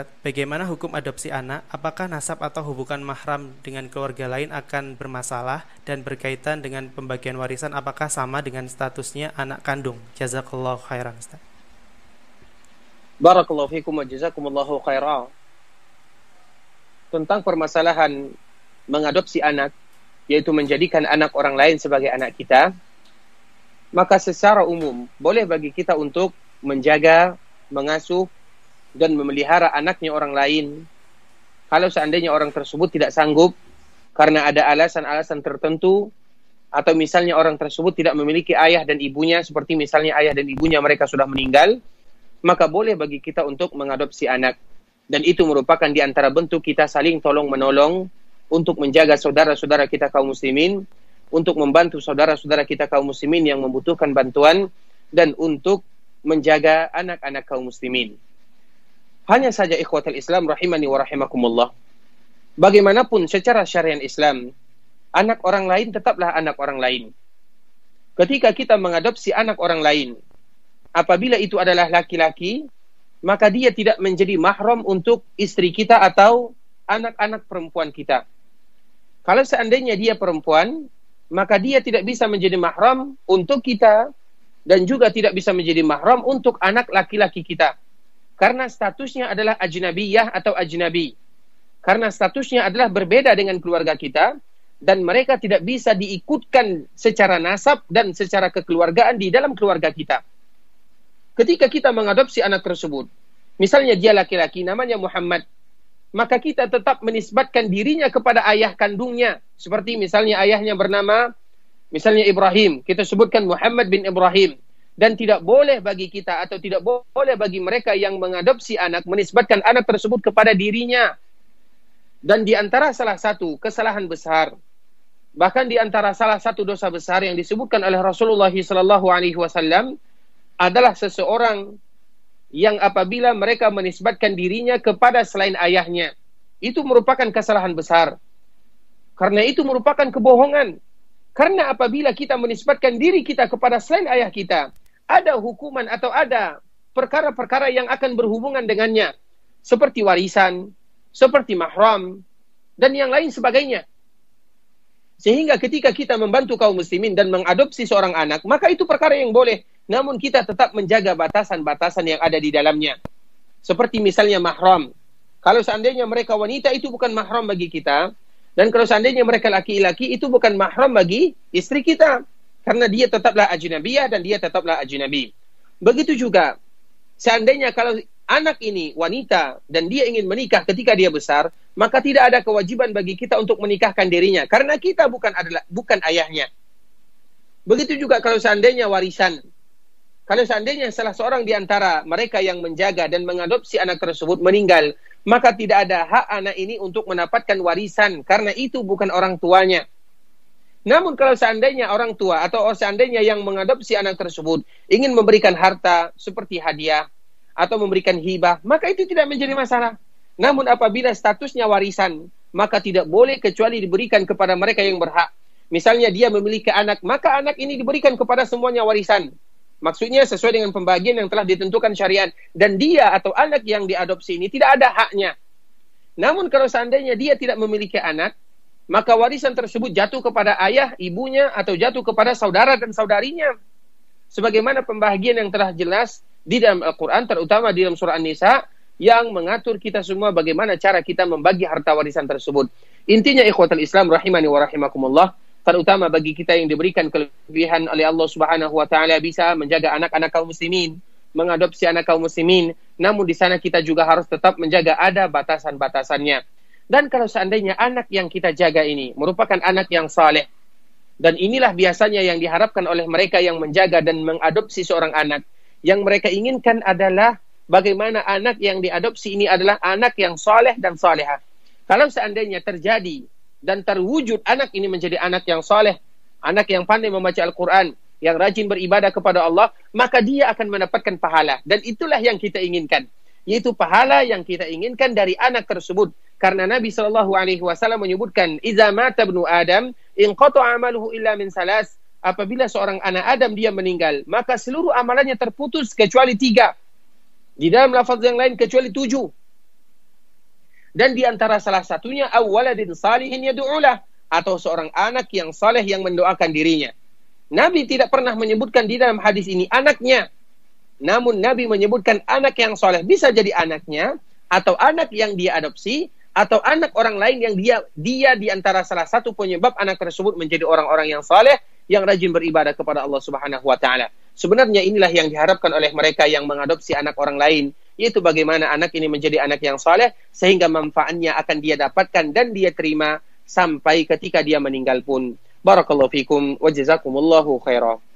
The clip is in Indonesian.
Bagaimana hukum adopsi anak? Apakah nasab atau hubungan mahram dengan keluarga lain akan bermasalah dan berkaitan dengan pembagian warisan? Apakah sama dengan statusnya anak kandung? Jazakallahu khairan, Ustaz. Barakallahu fikum wa jazakumullahu khairan. Tentang permasalahan mengadopsi anak, yaitu menjadikan anak orang lain sebagai anak kita, maka secara umum boleh bagi kita untuk menjaga, mengasuh, dan memelihara anaknya orang lain kalau seandainya orang tersebut tidak sanggup karena ada alasan-alasan tertentu, atau misalnya orang tersebut tidak memiliki ayah dan ibunya, seperti misalnya ayah dan ibunya mereka sudah meninggal, maka boleh bagi kita untuk mengadopsi anak. Dan itu merupakan di antara bentuk kita saling tolong-menolong untuk menjaga saudara-saudara kita kaum muslimin, untuk membantu saudara-saudara kita kaum muslimin yang membutuhkan bantuan, dan untuk menjaga anak-anak kaum muslimin. Hanya saja ikhwatul Islam rahimani wa rahimakumullah, bagaimanapun secara syariat Islam, anak orang lain tetaplah anak orang lain. Ketika kita mengadopsi anak orang lain, apabila itu adalah laki-laki, maka dia tidak menjadi mahram untuk istri kita atau anak-anak perempuan kita. Kalau seandainya dia perempuan, maka dia tidak bisa menjadi mahram untuk kita, dan juga tidak bisa menjadi mahram untuk anak laki-laki kita. Karena statusnya adalah ajnabiyah atau ajnabi. Karena statusnya adalah berbeda dengan keluarga kita, dan mereka tidak bisa diikutkan secara nasab dan secara kekeluargaan di dalam keluarga kita. Ketika kita mengadopsi anak tersebut, misalnya dia laki-laki, namanya Muhammad, maka kita tetap menisbatkan dirinya kepada ayah kandungnya. Seperti misalnya ayahnya bernama, misalnya Ibrahim, kita sebutkan Muhammad bin Ibrahim. Dan tidak boleh bagi kita atau tidak boleh bagi mereka yang mengadopsi anak menisbatkan anak tersebut kepada dirinya. Dan di antara salah satu kesalahan besar, bahkan di antara salah satu dosa besar yang disebutkan oleh Rasulullah SAW adalah seseorang yang apabila mereka menisbatkan dirinya kepada selain ayahnya. Itu merupakan kesalahan besar. Karena itu merupakan kebohongan. Karena apabila kita menisbatkan diri kita kepada selain ayah kita, ada hukuman atau ada perkara-perkara yang akan berhubungan dengannya, seperti warisan, seperti mahram, dan yang lain sebagainya. Sehingga ketika kita membantu kaum muslimin dan mengadopsi seorang anak, maka itu perkara yang boleh. Namun kita tetap menjaga batasan-batasan yang ada di dalamnya. Seperti misalnya mahram. Kalau seandainya mereka wanita, itu bukan mahram bagi kita. Dan kalau seandainya mereka laki-laki, itu bukan mahram bagi istri kita. Karena dia tetaplah ajnabiyah dan dia tetaplah ajnabi. Begitu juga, seandainya kalau anak ini wanita dan dia ingin menikah ketika dia besar, maka tidak ada kewajiban bagi kita untuk menikahkan dirinya. Karena kita bukan ayahnya. Begitu juga kalau seandainya warisan. Kalau seandainya salah seorang di antara mereka yang menjaga dan mengadopsi anak tersebut meninggal, maka tidak ada hak anak ini untuk mendapatkan warisan, karena itu bukan orang tuanya. Namun kalau seandainya orang tua atau seandainya yang mengadopsi anak tersebut ingin memberikan harta seperti hadiah atau memberikan hibah, maka itu tidak menjadi masalah. Namun apabila statusnya warisan, maka tidak boleh kecuali diberikan kepada mereka yang berhak. Misalnya dia memiliki anak, maka anak ini diberikan kepada semuanya warisan. Maksudnya sesuai dengan pembagian yang telah ditentukan syariat. Dan dia atau anak yang diadopsi ini tidak ada haknya. Namun kalau seandainya dia tidak memiliki anak, maka warisan tersebut jatuh kepada ayah, ibunya, atau jatuh kepada saudara dan saudarinya. Sebagaimana pembagian yang telah jelas di dalam Al-Quran, terutama di dalam surah An-Nisa, yang mengatur kita semua bagaimana cara kita membagi harta warisan tersebut. Intinya ikhwatul Islam rahimani wa rahimakumullah, terutama bagi kita yang diberikan kelebihan oleh Allah Subhanahu wa taala bisa menjaga anak-anak kaum muslimin, mengadopsi anak kaum muslimin, namun di sana kita juga harus tetap menjaga ada batasan-batasannya. Dan kalau seandainya anak yang kita jaga ini merupakan anak yang saleh, dan inilah biasanya yang diharapkan oleh mereka yang menjaga dan mengadopsi seorang anak, yang mereka inginkan adalah bagaimana anak yang diadopsi ini adalah anak yang saleh dan salehah. Kalau seandainya terjadi dan terwujud anak ini menjadi anak yang saleh, anak yang pandai membaca Al-Quran, yang rajin beribadah kepada Allah, maka dia akan mendapatkan pahala. Dan itulah yang kita inginkan, yaitu pahala yang kita inginkan dari anak tersebut. Karena Nabi SAW menyebutkan, "Iza mata ibnu Adam, inqata'a amaluhu illa min salas." Apabila seorang anak Adam dia meninggal, maka seluruh amalannya terputus kecuali 3. Di dalam lafaz yang lain kecuali 7. Dan di antara salah satunya awwaladin salihin yad'ulah, atau seorang anak yang saleh yang mendoakan dirinya. Nabi tidak pernah menyebutkan di dalam hadis ini anaknya. Namun Nabi menyebutkan anak yang saleh. Bisa jadi anaknya, atau anak yang dia adopsi, atau anak orang lain yang dia di antara salah satu penyebab anak tersebut menjadi orang-orang yang saleh, yang rajin beribadah kepada Allah Subhanahu wa taala. Sebenarnya inilah yang diharapkan oleh mereka yang mengadopsi anak orang lain, yaitu bagaimana anak ini menjadi anak yang saleh sehingga manfaatnya akan dia dapatkan dan dia terima sampai ketika dia meninggal pun. Barakallahu fikum wa jazakumullahu khairan.